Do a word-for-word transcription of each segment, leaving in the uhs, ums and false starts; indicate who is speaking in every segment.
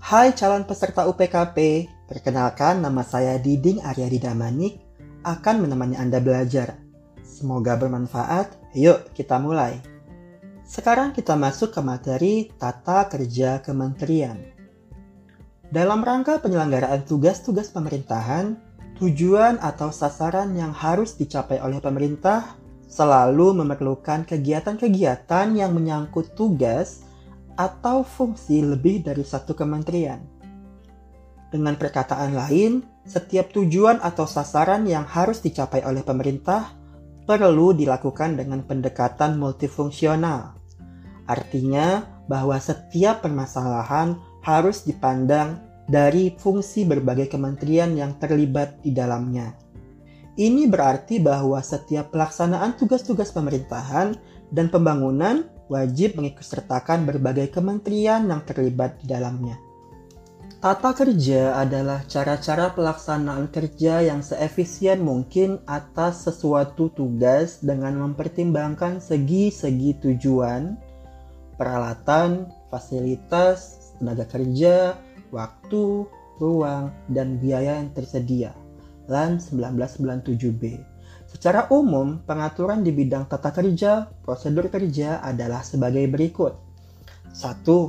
Speaker 1: Hai calon peserta U P K P, perkenalkan nama saya Diding Aryadi Damanik, akan menemani Anda belajar. Semoga bermanfaat, yuk kita mulai. Sekarang kita masuk ke materi Tata Kerja Kementerian. Dalam rangka penyelenggaraan tugas-tugas pemerintahan, tujuan atau sasaran yang harus dicapai oleh pemerintah selalu memerlukan kegiatan-kegiatan yang menyangkut tugas atau fungsi lebih dari satu kementerian. Dengan perkataan lain, setiap tujuan atau sasaran yang harus dicapai oleh pemerintah perlu dilakukan dengan pendekatan multifungsional. Artinya bahwa setiap permasalahan harus dipandang dari fungsi berbagai kementerian yang terlibat di dalamnya. Ini berarti bahwa setiap pelaksanaan tugas-tugas pemerintahan dan pembangunan wajib mengikutsertakan berbagai kementerian yang terlibat di dalamnya. Tata kerja adalah cara-cara pelaksanaan kerja yang seefisien mungkin atas sesuatu tugas dengan mempertimbangkan segi-segi tujuan, peralatan, fasilitas, tenaga kerja, waktu, ruang, dan biaya yang tersedia. Lan seribu sembilan ratus sembilan puluh tujuh B. Secara umum, pengaturan di bidang tata kerja, prosedur kerja adalah sebagai berikut. satu.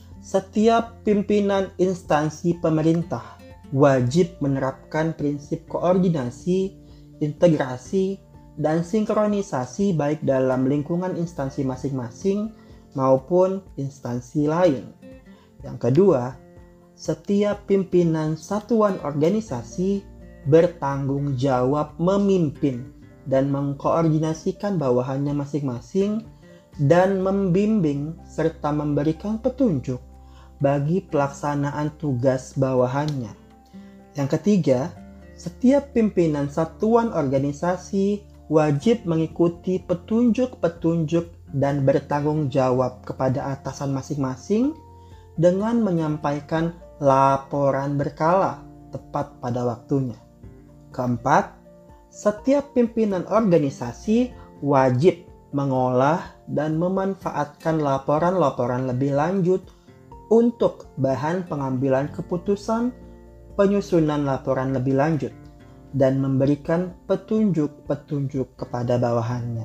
Speaker 1: Setiap pimpinan instansi pemerintah wajib menerapkan prinsip koordinasi, integrasi, dan sinkronisasi baik dalam lingkungan instansi masing-masing maupun instansi lain. Yang kedua, setiap pimpinan satuan organisasi bertanggung jawab memimpin dan mengkoordinasikan bawahannya masing-masing dan membimbing serta memberikan petunjuk bagi pelaksanaan tugas bawahannya. Yang ketiga, setiap pimpinan satuan organisasi wajib mengikuti petunjuk-petunjuk dan bertanggung jawab kepada atasan masing-masing dengan menyampaikan laporan berkala tepat pada waktunya. Keempat, setiap pimpinan organisasi wajib mengolah dan memanfaatkan laporan-laporan lebih lanjut untuk bahan pengambilan keputusan, penyusunan laporan lebih lanjut, dan memberikan petunjuk-petunjuk kepada bawahannya.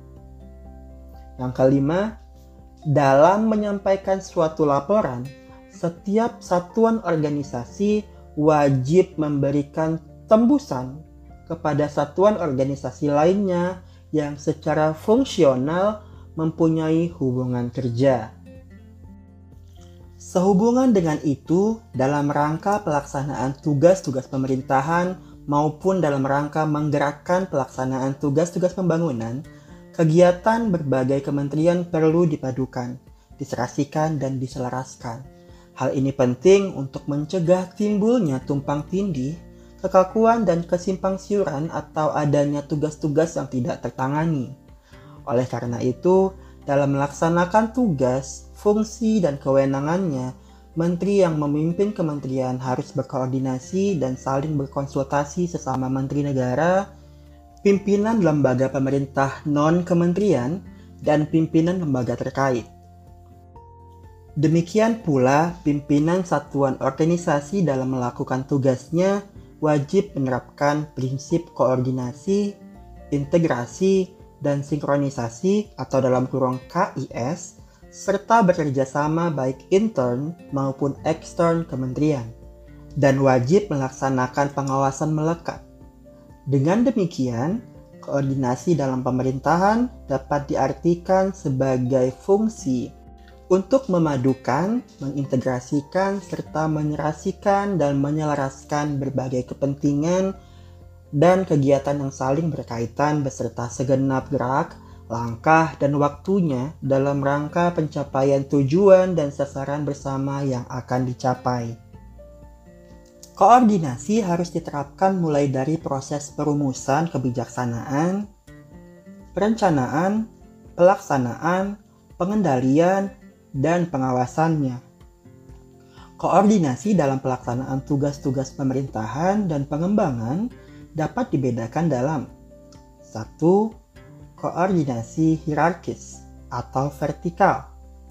Speaker 1: Yang kelima, dalam menyampaikan suatu laporan, setiap satuan organisasi wajib memberikan tembusan kepada satuan organisasi lainnya yang secara fungsional mempunyai hubungan kerja. Sehubungan dengan itu, dalam rangka pelaksanaan tugas-tugas pemerintahan maupun dalam rangka menggerakkan pelaksanaan tugas-tugas pembangunan, kegiatan berbagai kementerian perlu dipadukan, diserasikan, dan diselaraskan. Hal ini penting untuk mencegah timbulnya tumpang tindih, kekakuan dan kesimpangsiuran atau adanya tugas-tugas yang tidak tertangani. Oleh karena itu, dalam melaksanakan tugas, fungsi, dan kewenangannya, menteri yang memimpin kementerian harus berkoordinasi dan saling berkonsultasi sesama menteri negara, pimpinan lembaga pemerintah non-kementerian, dan pimpinan lembaga terkait. Demikian pula, pimpinan satuan organisasi dalam melakukan tugasnya wajib menerapkan prinsip koordinasi, integrasi, dan sinkronisasi atau dalam kurung K I S, serta bekerja sama baik intern maupun ekstern kementerian, dan wajib melaksanakan pengawasan melekat. Dengan demikian, koordinasi dalam pemerintahan dapat diartikan sebagai fungsi untuk memadukan, mengintegrasikan, serta menyerasikan dan menyelaraskan berbagai kepentingan dan kegiatan yang saling berkaitan beserta segenap gerak, langkah, dan waktunya dalam rangka pencapaian tujuan dan sasaran bersama yang akan dicapai. Koordinasi harus diterapkan mulai dari proses perumusan kebijaksanaan, perencanaan, pelaksanaan, pengendalian, dan pengawasannya. Koordinasi dalam pelaksanaan tugas-tugas pemerintahan dan pengembangan dapat dibedakan dalam satu. Koordinasi hierarkis atau vertikal.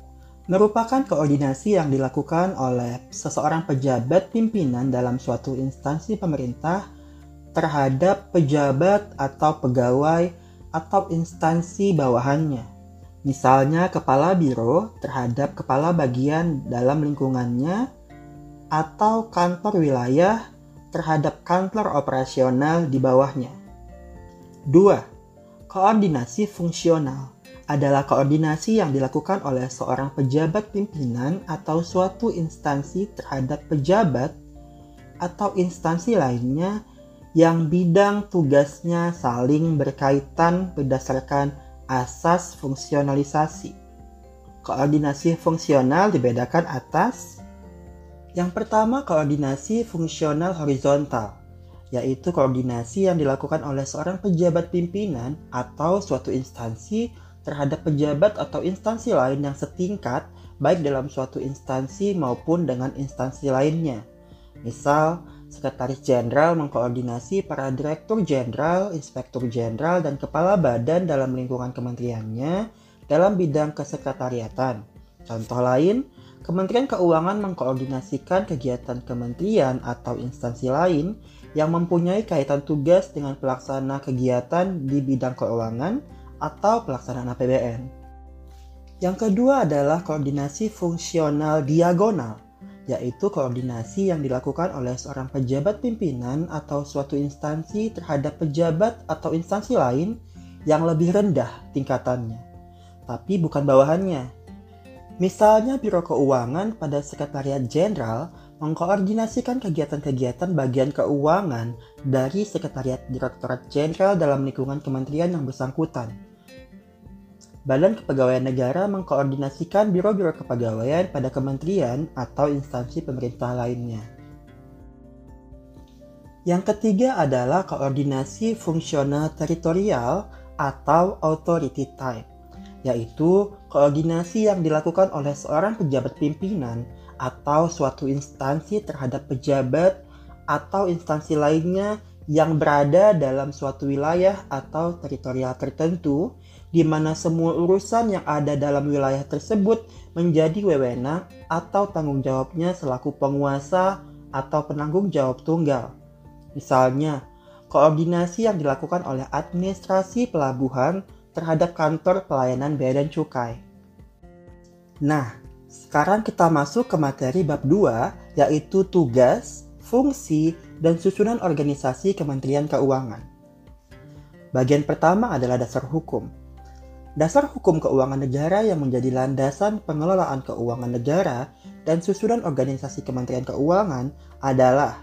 Speaker 1: merupakan koordinasi yang dilakukan oleh seseorang pejabat pimpinan dalam suatu instansi pemerintah terhadap pejabat atau pegawai atau instansi bawahannya. Misalnya kepala biro terhadap kepala bagian dalam lingkungannya atau kantor wilayah terhadap kantor operasional di bawahnya. Dua. Koordinasi fungsional adalah koordinasi yang dilakukan oleh seorang pejabat pimpinan atau suatu instansi terhadap pejabat atau instansi lainnya yang bidang tugasnya saling berkaitan berdasarkan asas fungsionalisasi. Koordinasi fungsional dibedakan atas: yang pertama, koordinasi fungsional horizontal, yaitu koordinasi yang dilakukan oleh seorang pejabat pimpinan atau suatu instansi terhadap pejabat atau instansi lain yang setingkat, baik dalam suatu instansi maupun dengan instansi lainnya. Misal, Sekretaris Jenderal mengkoordinasi para Direktur Jenderal, Inspektur Jenderal, dan Kepala Badan dalam lingkungan kementeriannya dalam bidang kesekretariatan. Contoh lain, Kementerian Keuangan mengkoordinasikan kegiatan kementerian atau instansi lain yang mempunyai kaitan tugas dengan pelaksana kegiatan di bidang keuangan atau pelaksanaan A P B N. Yang kedua adalah koordinasi fungsional diagonal, yaitu koordinasi yang dilakukan oleh seorang pejabat pimpinan atau suatu instansi terhadap pejabat atau instansi lain yang lebih rendah tingkatannya, tapi bukan bawahannya. Misalnya Biro Keuangan pada Sekretariat Jenderal mengkoordinasikan kegiatan-kegiatan bagian keuangan dari Sekretariat Direktorat Jenderal dalam lingkungan kementerian yang bersangkutan. Badan Kepegawaian Negara mengkoordinasikan biro-biro kepegawaian pada kementerian atau instansi pemerintah lainnya. Yang ketiga adalah koordinasi fungsional teritorial atau authority type, yaitu koordinasi yang dilakukan oleh seorang pejabat pimpinan atau suatu instansi terhadap pejabat atau instansi lainnya yang berada dalam suatu wilayah atau teritorial tertentu, di mana semua urusan yang ada dalam wilayah tersebut menjadi wewenang atau tanggung jawabnya selaku penguasa atau penanggung jawab tunggal. Misalnya, koordinasi yang dilakukan oleh administrasi pelabuhan terhadap kantor pelayanan bea dan cukai. Nah, sekarang kita masuk ke materi bab dua, yaitu tugas, fungsi, dan susunan organisasi Kementerian Keuangan. Bagian pertama adalah dasar hukum. Dasar hukum keuangan negara yang menjadi landasan pengelolaan keuangan negara dan susunan organisasi Kementerian Keuangan adalah: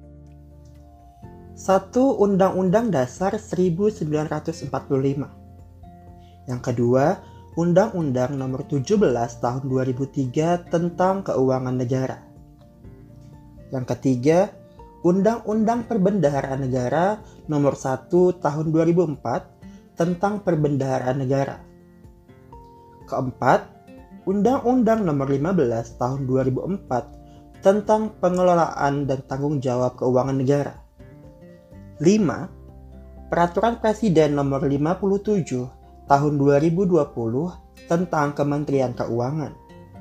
Speaker 1: satu. Undang-Undang Dasar seribu sembilan ratus empat puluh lima. Yang kedua, Undang-Undang Nomor tujuh belas Tahun dua ribu tiga tentang Keuangan Negara. Yang ketiga, Undang-Undang Perbendaharaan Negara Nomor satu Tahun dua ribu empat tentang Perbendaharaan Negara. Keempat, Undang-Undang Nomor lima belas Tahun dua ribu empat tentang Pengelolaan dan Tanggung Jawab Keuangan Negara. Lima. Peraturan Presiden Nomor lima puluh tujuh Tahun dua ribu dua puluh tentang Kementerian Keuangan.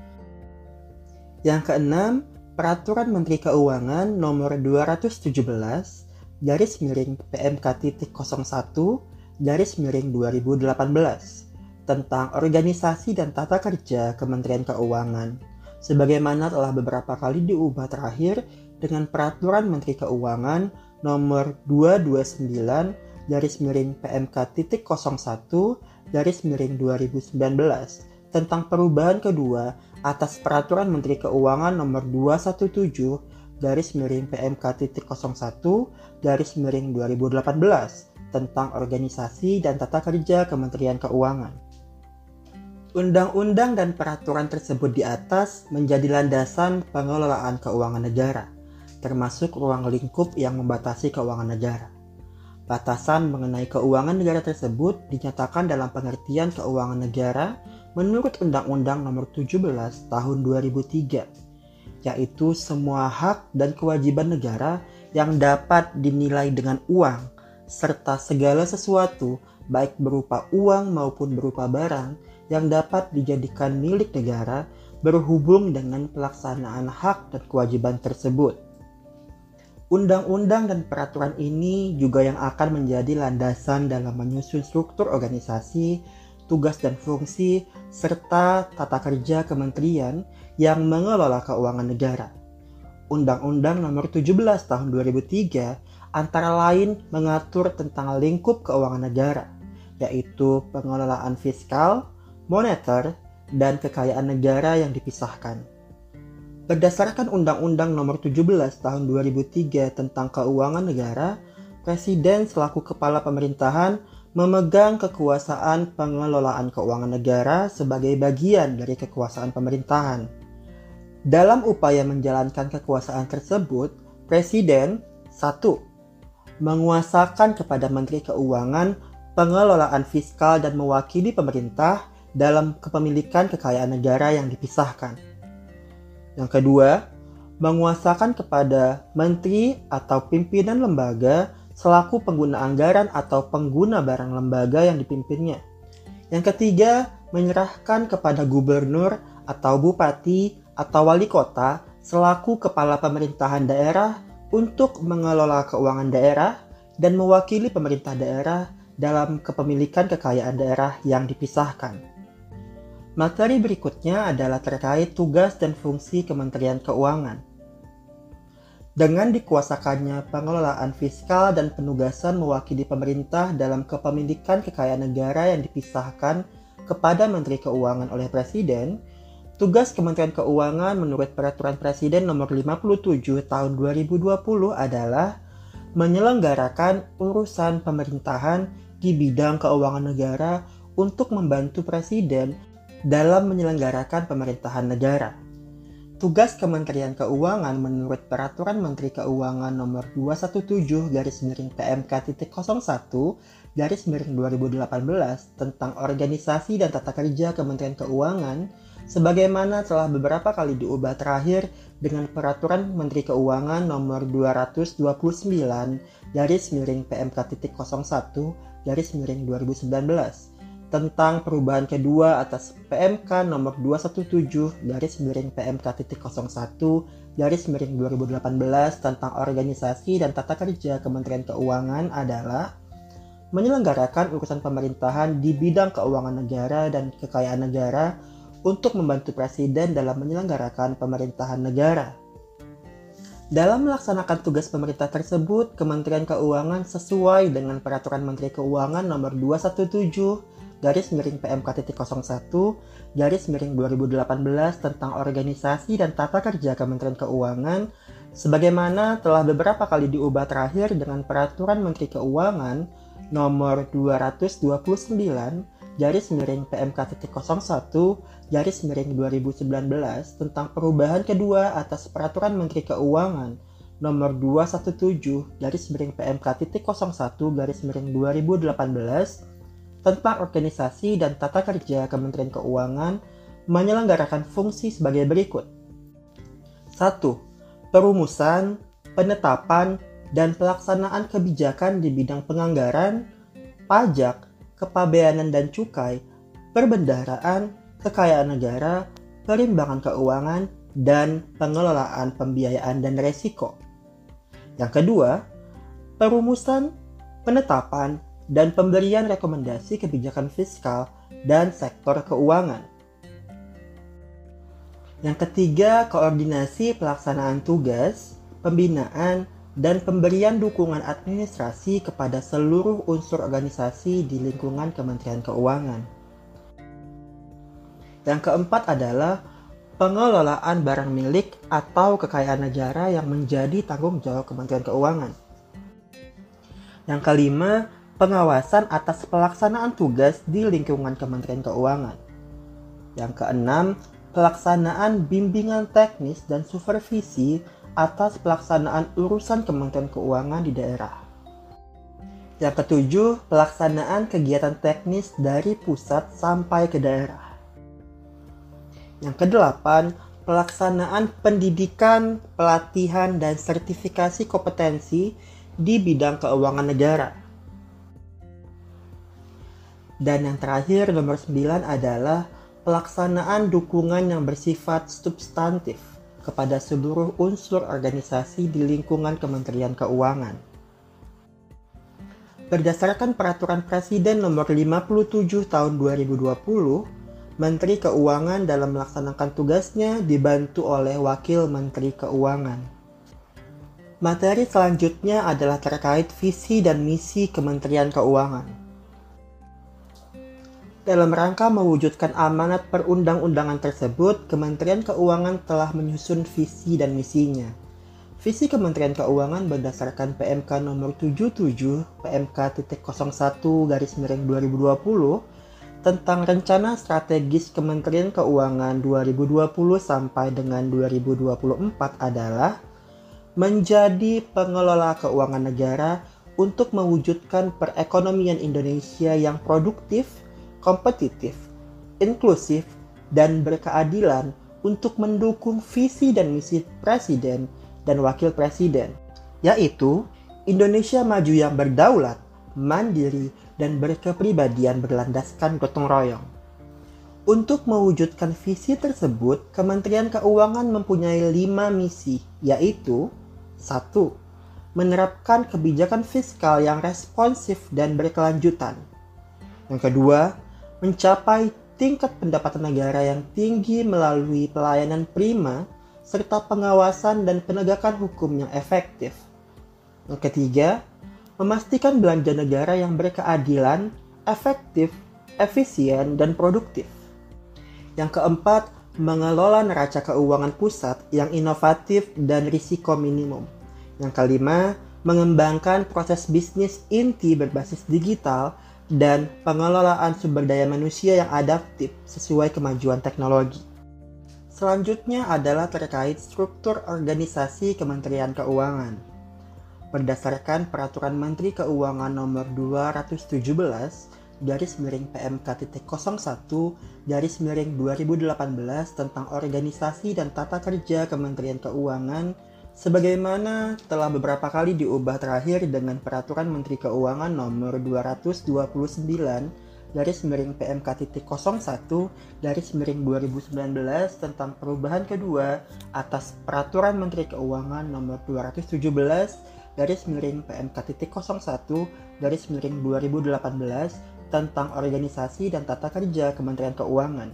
Speaker 1: Yang keenam, Peraturan Menteri Keuangan Nomor dua ratus tujuh belas garis miring P M K nol satu garis miring dua ribu delapan belas tentang organisasi dan tata kerja Kementerian Keuangan, sebagaimana telah beberapa kali diubah terakhir dengan Peraturan Menteri Keuangan Nomor dua ratus dua puluh sembilan garis miring P M K nol satu garis miring dua ribu sembilan belas tentang perubahan kedua atas Peraturan Menteri Keuangan Nomor dua ratus tujuh belas garis miring P M K nol satu garis miring dua ribu delapan belas tentang organisasi dan tata kerja Kementerian Keuangan. Undang-undang dan peraturan tersebut di atas menjadi landasan pengelolaan keuangan negara, termasuk ruang lingkup yang membatasi keuangan negara. Batasan mengenai keuangan negara tersebut dinyatakan dalam pengertian keuangan negara menurut Undang-Undang Nomor tujuh belas Tahun dua ribu tiga, yaitu semua hak dan kewajiban negara yang dapat dinilai dengan uang, serta segala sesuatu baik berupa uang maupun berupa barang yang dapat dijadikan milik negara berhubung dengan pelaksanaan hak dan kewajiban tersebut. Undang-undang dan peraturan ini juga yang akan menjadi landasan dalam menyusun struktur organisasi, tugas dan fungsi, serta tata kerja kementerian yang mengelola keuangan negara. Undang-Undang Nomor tujuh belas Tahun dua ribu tiga antara lain mengatur tentang lingkup keuangan negara, yaitu pengelolaan fiskal, moneter, dan kekayaan negara yang dipisahkan. Berdasarkan Undang-Undang Nomor tujuh belas Tahun dua ribu tiga tentang keuangan negara, Presiden selaku kepala pemerintahan memegang kekuasaan pengelolaan keuangan negara sebagai bagian dari kekuasaan pemerintahan. Dalam upaya menjalankan kekuasaan tersebut, Presiden satu. Menguasakan kepada Menteri Keuangan pengelolaan fiskal dan mewakili pemerintah dalam kepemilikan kekayaan negara yang dipisahkan. Yang kedua, menguasakan kepada menteri atau pimpinan lembaga selaku pengguna anggaran atau pengguna barang lembaga yang dipimpinnya. Yang ketiga, menyerahkan kepada gubernur atau bupati atau wali kota selaku kepala pemerintahan daerah untuk mengelola keuangan daerah dan mewakili pemerintah daerah dalam kepemilikan kekayaan daerah yang dipisahkan. Materi berikutnya adalah terkait tugas dan fungsi Kementerian Keuangan. Dengan dikuasakannya pengelolaan fiskal dan penugasan mewakili pemerintah dalam kepemilikan kekayaan negara yang dipisahkan kepada Menteri Keuangan oleh Presiden, tugas Kementerian Keuangan menurut Peraturan Presiden Nomor lima puluh tujuh Tahun dua ribu dua puluh adalah menyelenggarakan urusan pemerintahan di bidang keuangan negara untuk membantu Presiden dalam menyelenggarakan pemerintahan negara. Tugas Kementerian Keuangan menurut Peraturan Menteri Keuangan Nomor dua ratus tujuh belas garis miring P M K nol satu garis miring dua ribu delapan belas tentang organisasi dan tata kerja Kementerian Keuangan sebagaimana telah beberapa kali diubah terakhir dengan Peraturan Menteri Keuangan Nomor dua ratus dua puluh sembilan garis miring P M K nol satu garis miring dua ribu sembilan belas tentang perubahan kedua atas P M K Nomor dua ratus tujuh belas garis miring P M K nol satu garis miring dua ribu delapan belas tentang organisasi dan tata kerja Kementerian Keuangan adalah menyelenggarakan urusan pemerintahan di bidang keuangan negara dan kekayaan negara untuk membantu Presiden dalam menyelenggarakan pemerintahan negara. Dalam melaksanakan tugas pemerintah tersebut, Kementerian Keuangan sesuai dengan Peraturan Menteri Keuangan Nomor dua ratus tujuh belas garis miring P M K nol satu garis miring dua ribu delapan belas tentang organisasi dan tata kerja Kementerian Keuangan sebagaimana telah beberapa kali diubah terakhir dengan Peraturan Menteri Keuangan Nomor dua ratus dua puluh sembilan garis miring P M K nol satu garis miring dua ribu sembilan belas tentang perubahan kedua atas Peraturan Menteri Keuangan Nomor dua ratus tujuh belas garis miring P M K nol satu garis miring dua ribu delapan belas tentang organisasi dan tata kerja Kementerian Keuangan menyelenggarakan fungsi sebagai berikut. satu. Perumusan, penetapan, dan pelaksanaan kebijakan di bidang penganggaran, pajak, kepabeanan dan cukai, perbendaharaan, kekayaan negara, perimbangan keuangan, dan pengelolaan pembiayaan dan resiko. Yang kedua, perumusan, penetapan, dan pemberian rekomendasi kebijakan fiskal dan sektor keuangan. Yang ketiga, koordinasi pelaksanaan tugas, pembinaan, dan pemberian dukungan administrasi kepada seluruh unsur organisasi di lingkungan Kementerian Keuangan. Yang keempat adalah pengelolaan barang milik atau kekayaan negara yang menjadi tanggung jawab Kementerian Keuangan. Yang kelima, pengawasan atas pelaksanaan tugas di lingkungan Kementerian Keuangan. Yang keenam, pelaksanaan bimbingan teknis dan supervisi atas pelaksanaan urusan Kementerian Keuangan di daerah. Yang ketujuh, pelaksanaan kegiatan teknis dari pusat sampai ke daerah. Yang kedelapan, pelaksanaan pendidikan, pelatihan, dan sertifikasi kompetensi di bidang keuangan negara. Dan yang terakhir, nomor sembilan adalah pelaksanaan dukungan yang bersifat substantif kepada seluruh unsur organisasi di lingkungan Kementerian Keuangan. Berdasarkan Peraturan Presiden Nomor lima puluh tujuh Tahun dua ribu dua puluh, Menteri Keuangan dalam melaksanakan tugasnya dibantu oleh Wakil Menteri Keuangan. Materi selanjutnya adalah terkait visi dan misi Kementerian Keuangan. Dalam rangka mewujudkan amanat perundang-undangan tersebut, Kementerian Keuangan telah menyusun visi dan misinya. Visi Kementerian Keuangan berdasarkan P M K nomor tujuh puluh tujuh P M K nol satu garis miring dua ribu dua puluh tentang Rencana Strategis Kementerian Keuangan dua ribu dua puluh sampai dengan dua ribu dua puluh empat adalah menjadi pengelola keuangan negara untuk mewujudkan perekonomian Indonesia yang produktif, kompetitif, inklusif, dan berkeadilan untuk mendukung visi dan misi Presiden dan Wakil Presiden, yaitu Indonesia maju yang berdaulat, mandiri, dan berkepribadian berlandaskan gotong royong. Untuk mewujudkan visi tersebut, Kementerian Keuangan mempunyai lima misi, yaitu satu. Menerapkan kebijakan fiskal yang responsif dan berkelanjutan. Yang kedua, mencapai tingkat pendapatan negara yang tinggi melalui pelayanan prima serta pengawasan dan penegakan hukum yang efektif. Yang ketiga, memastikan belanja negara yang berkeadilan, efektif, efisien, dan produktif. Yang keempat, mengelola neraca keuangan pusat yang inovatif dan risiko minimum. Yang kelima, mengembangkan proses bisnis inti berbasis digital dan pengelolaan sumber daya manusia yang adaptif sesuai kemajuan teknologi. Selanjutnya adalah terkait struktur organisasi Kementerian Keuangan. Berdasarkan Peraturan Menteri Keuangan Nomor dua ratus tujuh belas garis miring P M K nol satu garis miring dua ribu delapan belas tentang organisasi dan tata kerja Kementerian Keuangan, sebagaimana telah beberapa kali diubah terakhir dengan Peraturan Menteri Keuangan Nomor dua ratus dua puluh sembilan garis miring P M K nol satu garis miring dua ribu sembilan belas tentang perubahan kedua atas Peraturan Menteri Keuangan Nomor dua ratus tujuh belas garis miring P M K nol satu garis miring dua ribu delapan belas tentang organisasi dan tata kerja Kementerian Keuangan.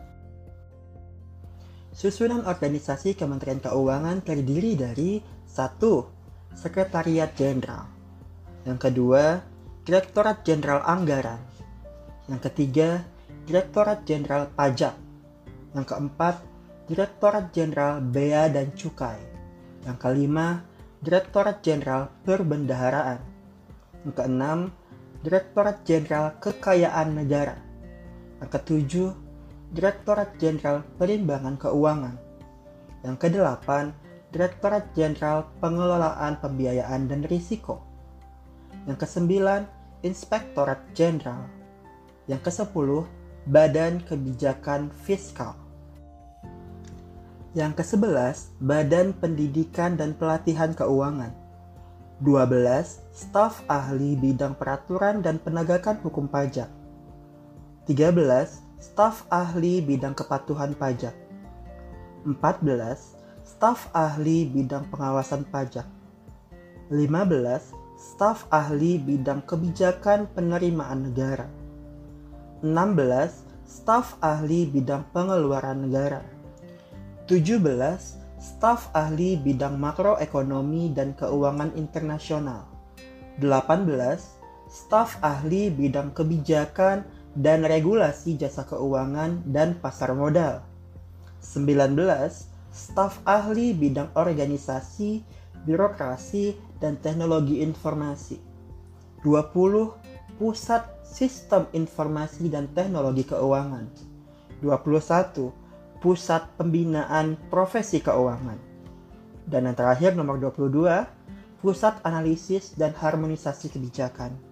Speaker 1: Susunan organisasi Kementerian Keuangan terdiri dari satu. Sekretariat Jenderal. Yang kedua, Direktorat Jenderal Anggaran. Yang ketiga, Direktorat Jenderal Pajak. Yang keempat, Direktorat Jenderal Bea dan Cukai. Yang kelima, Direktorat Jenderal Perbendaharaan. Yang keenam, Direktorat Jenderal Kekayaan Negara. Yang ketujuh, Direktorat Jenderal Perimbangan Keuangan. Yang kedelapan, Direktorat Jenderal Pengelolaan Pembiayaan dan Risiko. Yang kesembilan, Inspektorat Jenderal. Yang kesepuluh, Badan Kebijakan Fiskal. Yang kesebelas, Badan Pendidikan dan Pelatihan Keuangan. dua belas, Staf Ahli Bidang Peraturan dan Penegakan Hukum Pajak. tiga belas, Staf Ahli Bidang Kepatuhan Pajak. empat belas. Staf Ahli Bidang Pengawasan Pajak. lima belas. Staf Ahli Bidang Kebijakan Penerimaan Negara. enam belas. Staf Ahli Bidang Pengeluaran Negara. tujuh belas. Staf Ahli Bidang Makroekonomi dan Keuangan Internasional. delapan belas. Staf Ahli Bidang Kebijakan dan Regulasi Jasa Keuangan dan Pasar Modal. sembilan belas. Staf Ahli Bidang Organisasi, Birokrasi, dan Teknologi Informasi. dua puluh. Pusat Sistem Informasi dan Teknologi Keuangan. dua puluh satu. Pusat Pembinaan Profesi Keuangan. Dan yang terakhir nomor dua puluh dua. Pusat Analisis dan Harmonisasi Kebijakan.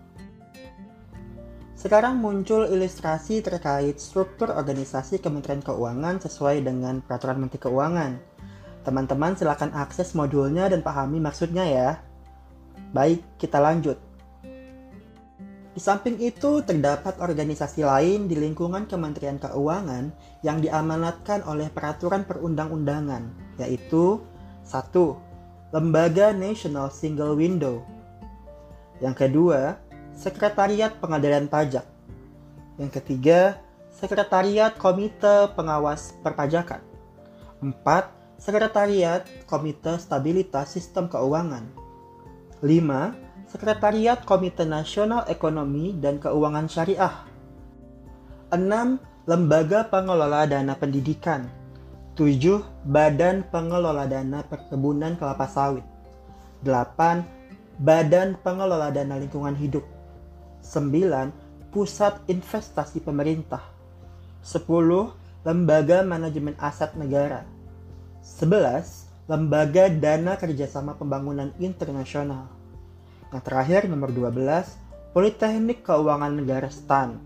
Speaker 1: Sekarang muncul ilustrasi terkait struktur organisasi Kementerian Keuangan sesuai dengan Peraturan Menteri Keuangan. Teman-teman silakan akses modulnya dan pahami maksudnya ya. Baik, kita lanjut. Di samping itu, terdapat organisasi lain di lingkungan Kementerian Keuangan yang diamanatkan oleh peraturan perundang-undangan, yaitu satu. Lembaga National Single Window. Yang kedua, Sekretariat Pengadilan Pajak. Yang ketiga, Sekretariat Komite Pengawas Perpajakan. Empat. Sekretariat Komite Stabilitas Sistem Keuangan. Lima. Sekretariat Komite Nasional Ekonomi dan Keuangan Syariah. Enam. Lembaga Pengelola Dana Pendidikan. Tujuh. Badan Pengelola Dana Perkebunan Kelapa Sawit. Delapan. Badan Pengelola Dana Lingkungan Hidup. Sembilan. Pusat Investasi Pemerintah. Sepuluh. Lembaga Manajemen Aset Negara. Sebelas. Lembaga Dana Kerjasama Pembangunan Internasional. Yang terakhir, nomor dua belas, Politeknik Keuangan Negara S T A N.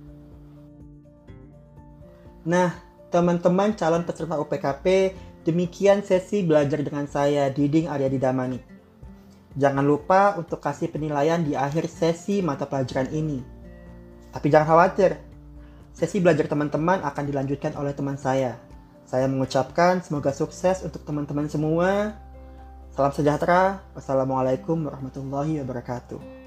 Speaker 1: Nah, teman-teman calon peserta U P K P, demikian sesi belajar dengan saya, Diding Aryadi Damani. Jangan lupa untuk kasih penilaian di akhir sesi mata pelajaran ini. Tapi jangan khawatir, sesi belajar teman-teman akan dilanjutkan oleh teman saya. Saya mengucapkan semoga sukses untuk teman-teman semua. Salam sejahtera. Wassalamualaikum warahmatullahi wabarakatuh.